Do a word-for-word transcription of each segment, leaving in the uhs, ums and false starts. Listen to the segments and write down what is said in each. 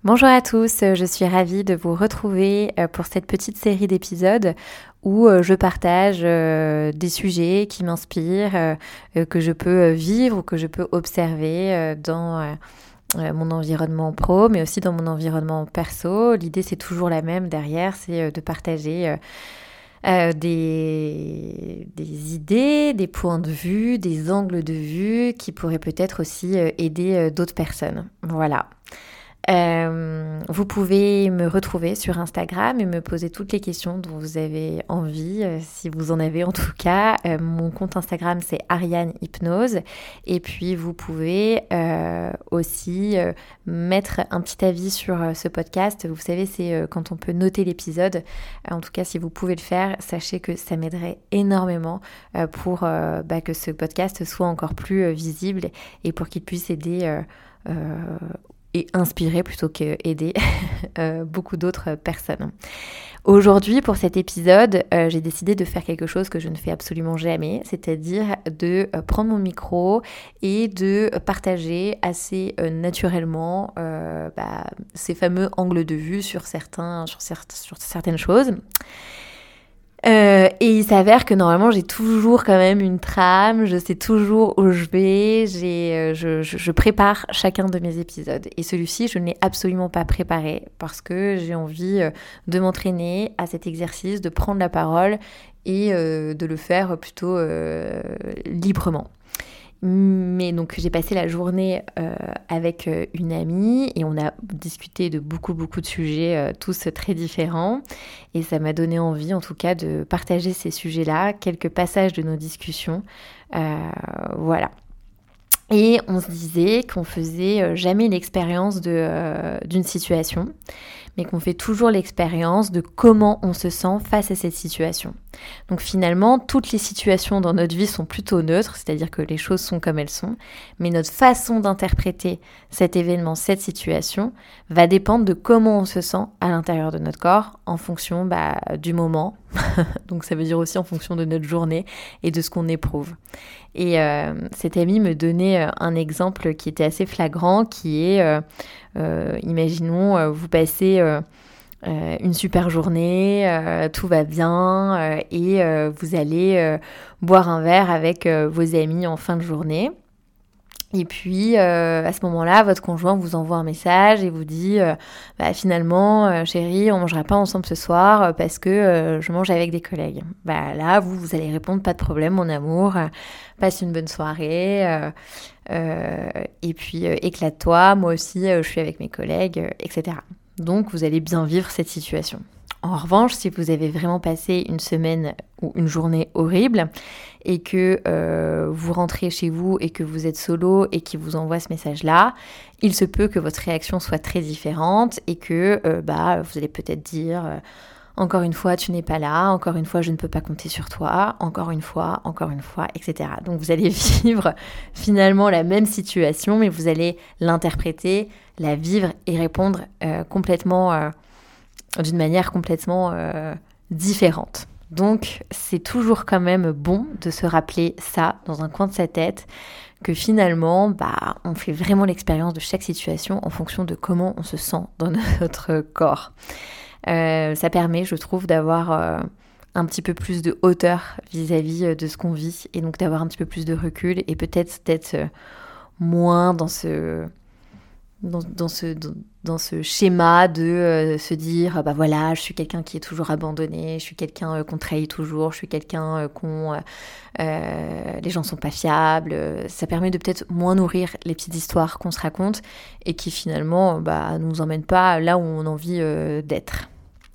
Bonjour à tous, je suis ravie de vous retrouver pour cette petite série d'épisodes où je partage des sujets qui m'inspirent, que je peux vivre ou que je peux observer dans mon environnement pro, mais aussi dans mon environnement perso. L'idée, c'est toujours la même derrière, c'est de partager euh, des, des idées, des points de vue, des angles de vue qui pourraient peut-être aussi aider d'autres personnes. Voilà. Euh, vous pouvez me retrouver sur Instagram et me poser toutes les questions dont vous avez envie, euh, si vous en avez en tout cas. Euh, mon compte Instagram, c'est Ariane Hypnose. Et puis, vous pouvez euh, aussi euh, mettre un petit avis sur euh, ce podcast. Vous savez, c'est euh, quand on peut noter l'épisode. Euh, en tout cas, si vous pouvez le faire, sachez que ça m'aiderait énormément euh, pour euh, bah, que ce podcast soit encore plus euh, visible et pour qu'il puisse aider euh, euh, et inspirer plutôt qu'aider euh, beaucoup d'autres personnes. Aujourd'hui, pour cet épisode, euh, j'ai décidé de faire quelque chose que je ne fais absolument jamais, c'est-à-dire de euh, prendre mon micro et de partager assez euh, naturellement euh, bah, ces fameux angles de vue sur, certains, sur, cer- sur certaines choses. Euh, et il s'avère que normalement j'ai toujours quand même une trame, je sais toujours où je vais, j'ai, euh, je, je, je prépare chacun de mes épisodes. Et celui-ci, je ne l'ai absolument pas préparé parce que j'ai envie euh, de m'entraîner à cet exercice, de prendre la parole et euh, de le faire plutôt euh, librement. Mais donc j'ai passé la journée euh, avec euh, une amie et on a discuté de beaucoup beaucoup de sujets, euh, tous très différents, et ça m'a donné envie en tout cas de partager ces sujets-là, quelques passages de nos discussions, euh, voilà. Et on se disait qu'on faisait jamais l'expérience de, euh, d'une situation, mais qu'on fait toujours l'expérience de comment on se sent face à cette situation. Donc finalement, toutes les situations dans notre vie sont plutôt neutres, c'est-à-dire que les choses sont comme elles sont, mais notre façon d'interpréter cet événement, cette situation, va dépendre de comment on se sent à l'intérieur de notre corps, en fonction bah, du moment, donc ça veut dire aussi en fonction de notre journée et de ce qu'on éprouve. Et euh, cette amie me donnait un exemple qui était assez flagrant, qui est, euh, euh, imaginons, euh, vous passez euh, euh, une super journée, euh, tout va bien, euh, et euh, vous allez euh, boire un verre avec euh, vos amis en fin de journée. Et puis, euh, à ce moment-là, votre conjoint vous envoie un message et vous dit euh, bah, « Finalement, euh, chérie, on mangera pas ensemble ce soir parce que euh, je mange avec des collègues. » Bah, là, vous, vous allez répondre « Pas de problème, mon amour, euh, passe une bonne soirée, euh, euh, et puis euh, éclate-toi, moi aussi, euh, je suis avec mes collègues, euh, et cetera » Donc, vous allez bien vivre cette situation. En revanche, si vous avez vraiment passé une semaine ou une journée horrible et que euh, vous rentrez chez vous et que vous êtes solo et qu'il vous envoie ce message-là, il se peut que votre réaction soit très différente et que euh, bah, vous allez peut-être dire euh, « Encore une fois, tu n'es pas là. Encore une fois, je ne peux pas compter sur toi. Encore une fois, encore une fois, et cetera » Donc vous allez vivre finalement la même situation, mais vous allez l'interpréter, la vivre et répondre euh, complètement... Euh, d'une manière complètement euh, différente. Donc, c'est toujours quand même bon de se rappeler ça dans un coin de sa tête, que finalement, bah, on fait vraiment l'expérience de chaque situation en fonction de comment on se sent dans notre corps. Euh, ça permet, je trouve, d'avoir euh, un petit peu plus de hauteur vis-à-vis de ce qu'on vit, et donc d'avoir un petit peu plus de recul, et peut-être d'être euh, moins dans ce... Dans, dans, ce, dans, dans ce schéma de euh, se dire, bah voilà, je suis quelqu'un qui est toujours abandonné, je suis quelqu'un euh, qu'on trahit toujours, je suis quelqu'un euh, qu'on... Euh, euh, les gens sont pas fiables. Ça permet de peut-être moins nourrir les petites histoires qu'on se raconte et qui finalement bah, nous emmènent pas là où on a envie euh, d'être.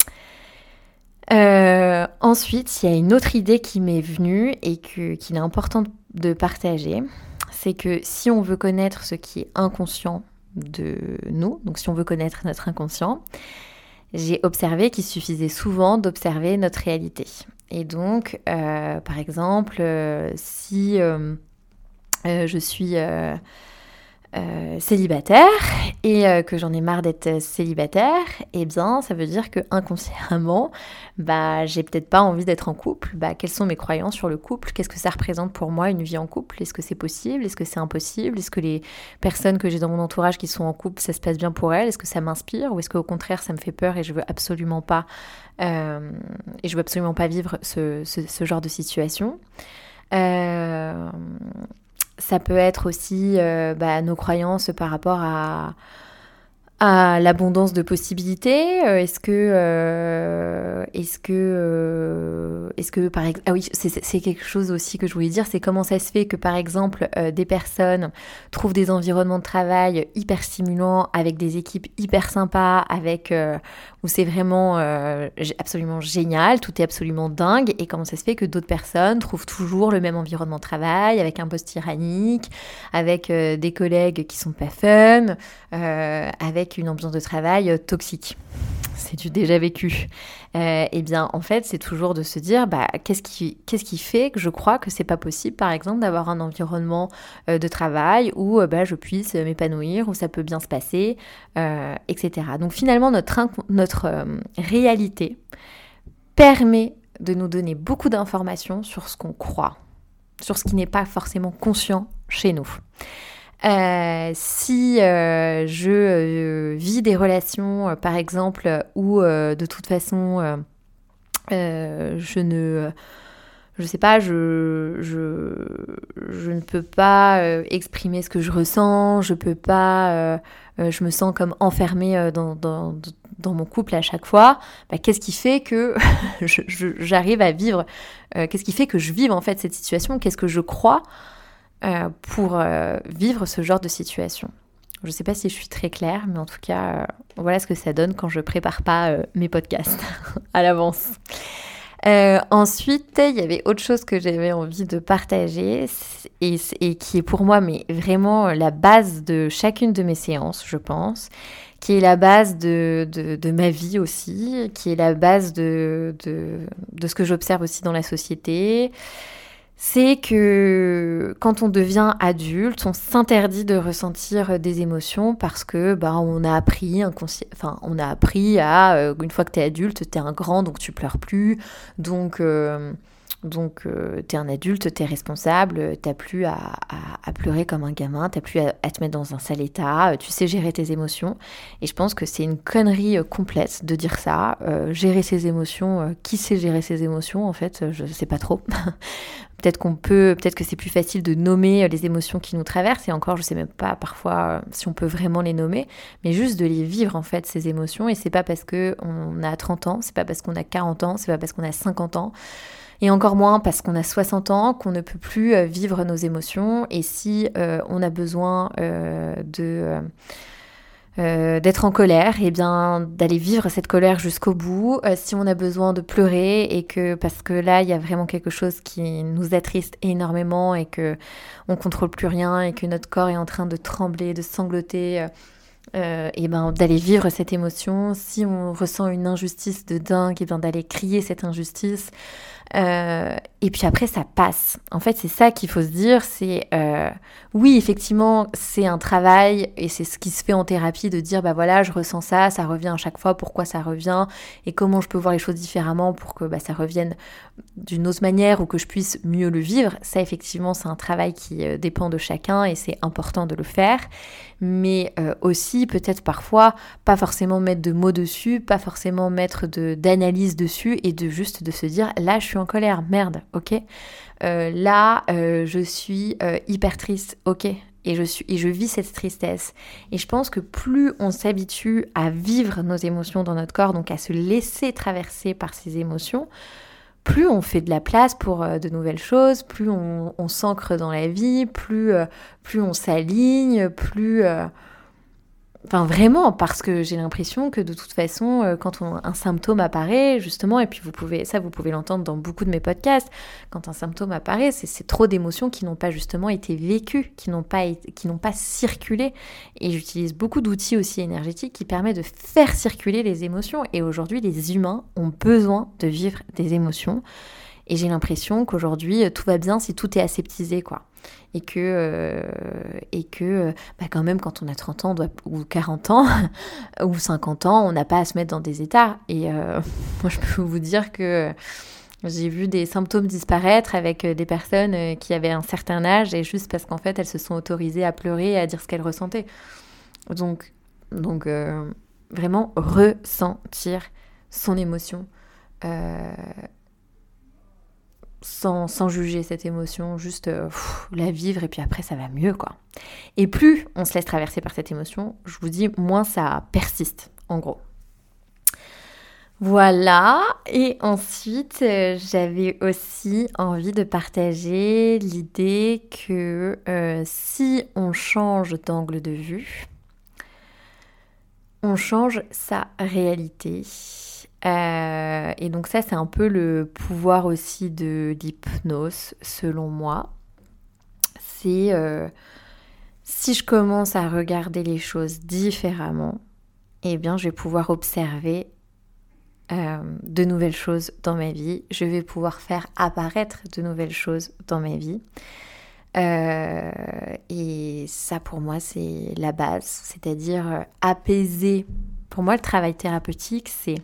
Euh, ensuite, il y a une autre idée qui m'est venue et que, qu'il est important de partager, c'est que si on veut connaître ce qui est inconscient de nous, donc si on veut connaître notre inconscient, j'ai observé qu'il suffisait souvent d'observer notre réalité. Et donc, euh, par exemple, euh, si euh, euh, je suis... Euh, euh, célibataire et euh, que j'en ai marre d'être célibataire, eh bien, ça veut dire que inconsciemment, bah, j'ai peut-être pas envie d'être en couple. Bah, quelles sont mes croyances sur le couple ? Qu'est-ce que ça représente pour moi une vie en couple ? Est-ce que c'est possible ? Est-ce que c'est impossible ? Est-ce que les personnes que j'ai dans mon entourage qui sont en couple, ça se passe bien pour elles ? Est-ce que ça m'inspire ? Ou est-ce qu'au contraire, ça me fait peur et je veux absolument pas, euh, et je veux absolument pas vivre ce, ce, ce genre de situation ? Euh, ça peut être aussi euh, bah, nos croyances par rapport à, à l'abondance de possibilités. Euh, est-ce que, euh, est-ce que, euh, est-ce que par exemple, ah oui, c'est, c'est quelque chose aussi que je voulais dire, c'est comment ça se fait que par exemple euh, des personnes trouvent des environnements de travail hyper stimulants, avec des équipes hyper sympas, avec euh, où c'est vraiment euh, absolument génial, tout est absolument dingue, et comment ça se fait que d'autres personnes trouvent toujours le même environnement de travail, avec un poste tyrannique, avec euh, des collègues qui sont pas fun, euh, avec une ambiance de travail euh, toxique. C'est du déjà vécu. Euh, eh bien, en fait, c'est toujours de se dire, bah, qu'est-ce qui, qu'est-ce qui fait que je crois que c'est pas possible, par exemple, d'avoir un environnement euh, de travail où euh, bah, je puisse m'épanouir, où ça peut bien se passer, euh, et cetera. Donc finalement, notre, notre euh, réalité permet de nous donner beaucoup d'informations sur ce qu'on croit, sur ce qui n'est pas forcément conscient chez nous. Euh, si euh, je euh, vis des relations, euh, par exemple, où euh, de toute façon, euh, euh, je ne, je sais pas, je, je, je ne peux pas euh, exprimer ce que je ressens, je peux pas, euh, euh, je me sens comme enfermée euh, dans, dans, dans mon couple à chaque fois. Bah, qu'est-ce qui fait que je, je, j'arrive à vivre, euh, qu'est-ce qui fait que je vive en fait cette situation ? Qu'est-ce que je crois Euh, pour euh, vivre ce genre de situation. Je ne sais pas si je suis très claire, mais en tout cas, euh, voilà ce que ça donne quand je ne prépare pas euh, mes podcasts à l'avance. Euh, ensuite, il y avait autre chose que j'avais envie de partager et, et qui est pour moi mais vraiment la base de chacune de mes séances, je pense, qui est la base de, de, de ma vie aussi, qui est la base de, de, de ce que j'observe aussi dans la société. C'est que quand on devient adulte, on s'interdit de ressentir des émotions parce que bah, on a appris, inconsci... enfin, on a appris à, euh, une fois que t'es adulte, t'es un grand, donc tu pleures plus, donc, euh, donc euh, t'es un adulte, t'es responsable, t'as plus à, à, à pleurer comme un gamin, t'as plus à, à te mettre dans un sale état, tu sais gérer tes émotions. Et je pense que c'est une connerie complète de dire ça. Euh, gérer ses émotions, euh, qui sait gérer ses émotions en fait, je sais pas trop. Peut-être qu'on peut, peut-être que c'est plus facile de nommer les émotions qui nous traversent, et encore, je sais même pas parfois si on peut vraiment les nommer, mais juste de les vivre en fait, ces émotions. Et c'est pas parce qu'on a trente ans, c'est pas parce qu'on a quarante ans, c'est pas parce qu'on a cinquante ans, et encore moins parce qu'on a soixante ans qu'on ne peut plus vivre nos émotions. Et si euh, on a besoin euh, de... Euh, Euh, d'être en colère, et eh bien d'aller vivre cette colère jusqu'au bout. Euh, si on a besoin de pleurer et que parce que là il y a vraiment quelque chose qui nous attriste énormément et que on contrôle plus rien et que notre corps est en train de trembler, de sangloter, euh, euh, et ben d'aller vivre cette émotion. Si on ressent une injustice de dingue, et bien d'aller crier cette injustice. Euh, et puis après ça passe. En fait c'est ça qu'il faut se dire, c'est euh, oui effectivement c'est un travail et c'est ce qui se fait en thérapie, de dire bah voilà je ressens ça, ça revient à chaque fois, pourquoi ça revient et comment je peux voir les choses différemment pour que bah, ça revienne d'une autre manière ou que je puisse mieux le vivre. Ça effectivement c'est un travail qui euh, dépend de chacun et c'est important de le faire, mais euh, aussi peut-être parfois pas forcément mettre de mots dessus, pas forcément mettre de, d'analyse dessus, et de juste de se dire là je suis en colère, merde, ok, euh, là euh, je suis euh, hyper triste, ok, et je, suis, et je vis cette tristesse. Et je pense que plus on s'habitue à vivre nos émotions dans notre corps, donc à se laisser traverser par ces émotions, plus on fait de la place pour euh, de nouvelles choses, plus on, on s'ancre dans la vie, plus, euh, plus on s'aligne, plus... Euh... Enfin vraiment, parce que j'ai l'impression que de toute façon, euh, quand on, un symptôme apparaît, justement, et puis vous pouvez, ça vous pouvez l'entendre dans beaucoup de mes podcasts, quand un symptôme apparaît, c'est, c'est trop d'émotions qui n'ont pas justement été vécues, qui n'ont pas, été, qui n'ont pas circulé. Et j'utilise beaucoup d'outils aussi énergétiques qui permettent de faire circuler les émotions. Et aujourd'hui, les humains ont besoin de vivre des émotions. Et j'ai l'impression qu'aujourd'hui, tout va bien si tout est aseptisé, quoi. Et que, euh, et que bah quand même, quand on a trente ans on doit, ou quarante ans, ou cinquante ans, on n'a pas à se mettre dans des états. Et euh, moi, je peux vous dire que j'ai vu des symptômes disparaître avec des personnes qui avaient un certain âge, et juste parce qu'en fait, elles se sont autorisées à pleurer et à dire ce qu'elles ressentaient. Donc, donc euh, vraiment ressentir son émotion, euh, sans, sans juger cette émotion, juste euh, pff, la vivre, et puis après ça va mieux, quoi. Et plus on se laisse traverser par cette émotion, je vous dis, moins ça persiste, en gros. Voilà, et ensuite euh, j'avais aussi envie de partager l'idée que euh, si on change d'angle de vue, on change sa réalité. Euh, et donc ça, c'est un peu le pouvoir aussi de l'hypnose, selon moi. C'est euh, si je commence à regarder les choses différemment, eh bien, je vais pouvoir observer euh, de nouvelles choses dans ma vie. Je vais pouvoir faire apparaître de nouvelles choses dans ma vie. Euh, et ça, pour moi, c'est la base. C'est-à-dire euh, apaiser. Pour moi, le travail thérapeutique, c'est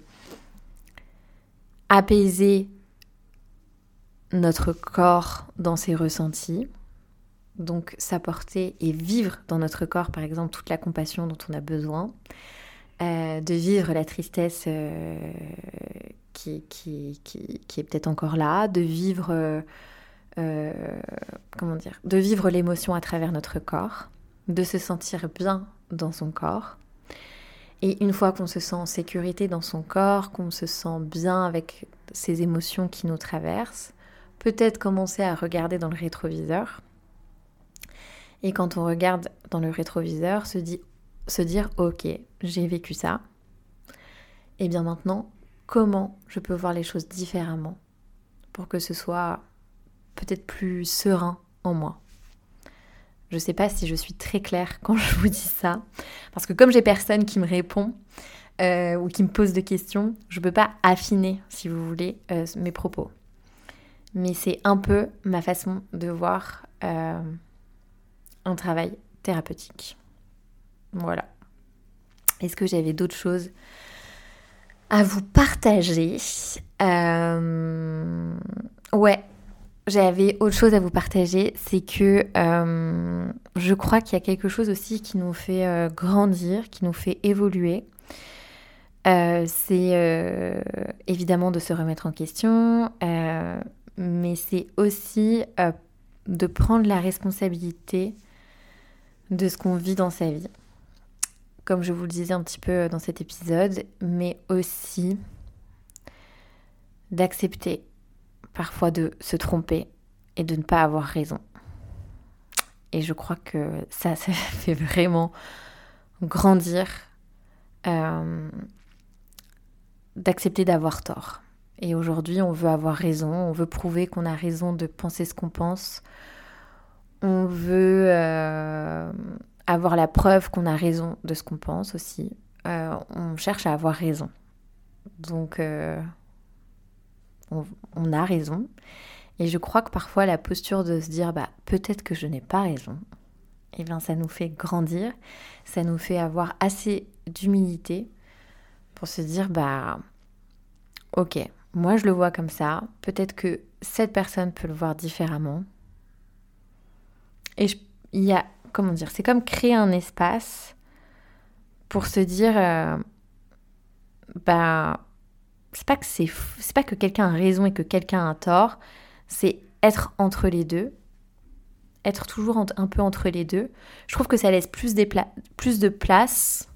apaiser notre corps dans ses ressentis, donc s'apporter et vivre dans notre corps, par exemple, toute la compassion dont on a besoin, euh, de vivre la tristesse euh, qui, qui, qui, qui est peut-être encore là, de vivre, euh, euh, comment dire, de vivre l'émotion à travers notre corps, de se sentir bien dans son corps. Et une fois qu'on se sent en sécurité dans son corps, qu'on se sent bien avec ces émotions qui nous traversent, peut-être commencer à regarder dans le rétroviseur. Et quand on regarde dans le rétroviseur, se, dit, se dire « Ok, j'ai vécu ça. Et bien maintenant, comment je peux voir les choses différemment pour que ce soit peut-être plus serein en moi ?» Je ne sais pas si je suis très claire quand je vous dis ça, parce que comme j'ai personne qui me répond euh, ou qui me pose de questions, je ne peux pas affiner, si vous voulez, euh, mes propos. Mais c'est un peu ma façon de voir euh, un travail thérapeutique. Voilà. Est-ce que j'avais d'autres choses à vous partager ? euh... Ouais. J'avais autre chose à vous partager, c'est que euh, je crois qu'il y a quelque chose aussi qui nous fait euh, grandir, qui nous fait évoluer. Euh, c'est euh, évidemment de se remettre en question, euh, mais c'est aussi euh, de prendre la responsabilité de ce qu'on vit dans sa vie. Comme je vous le disais un petit peu dans cet épisode, mais aussi d'accepter parfois de se tromper et de ne pas avoir raison. Et je crois que ça, ça fait vraiment grandir, euh, d'accepter d'avoir tort. Et aujourd'hui, on veut avoir raison, on veut prouver qu'on a raison de penser ce qu'on pense. On veut euh, avoir la preuve qu'on a raison de ce qu'on pense aussi. Euh, on cherche à avoir raison. Donc... Euh, On, on a raison. Et je crois que parfois la posture de se dire bah, peut-être que je n'ai pas raison, eh bien, ça nous fait grandir, ça nous fait avoir assez d'humilité pour se dire bah ok, moi je le vois comme ça, peut-être que cette personne peut le voir différemment. Et je, il y a, comment dire, c'est comme créer un espace pour se dire euh, bah c'est pas que c'est, c'est pas que quelqu'un a raison et que quelqu'un a tort, c'est être entre les deux, être toujours un peu entre les deux. Je trouve que ça laisse plus, des pla- plus de place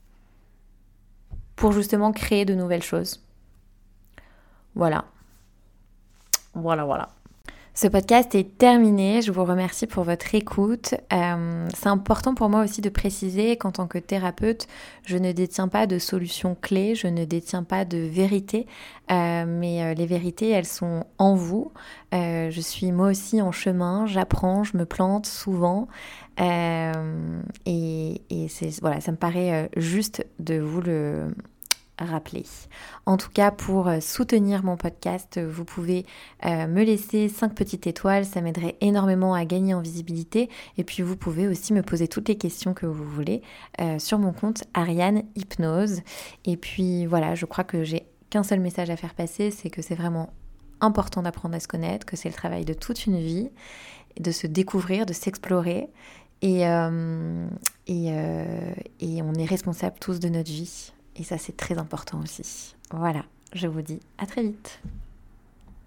pour justement créer de nouvelles choses. Voilà. Voilà, voilà. Ce podcast est terminé, je vous remercie pour votre écoute. Euh, c'est important pour moi aussi de préciser qu'en tant que thérapeute, je ne détiens pas de solution clé, je ne détiens pas de vérité, euh, mais euh, les vérités, elles sont en vous. Euh, je suis moi aussi en chemin, j'apprends, je me plante souvent euh, et, et c'est, voilà, ça me paraît juste de vous le, rappeler. En tout cas, pour soutenir mon podcast, vous pouvez euh, me laisser cinq petites étoiles, ça m'aiderait énormément à gagner en visibilité. Et puis vous pouvez aussi me poser toutes les questions que vous voulez euh, sur mon compte Ariane Hypnose. Et puis voilà, je crois que j'ai qu'un seul message à faire passer, c'est que c'est vraiment important d'apprendre à se connaître, que c'est le travail de toute une vie, de se découvrir, de s'explorer. Et, euh, et, euh, et on est responsables tous de notre vie. Et ça, c'est très important aussi. Voilà, je vous dis à très vite.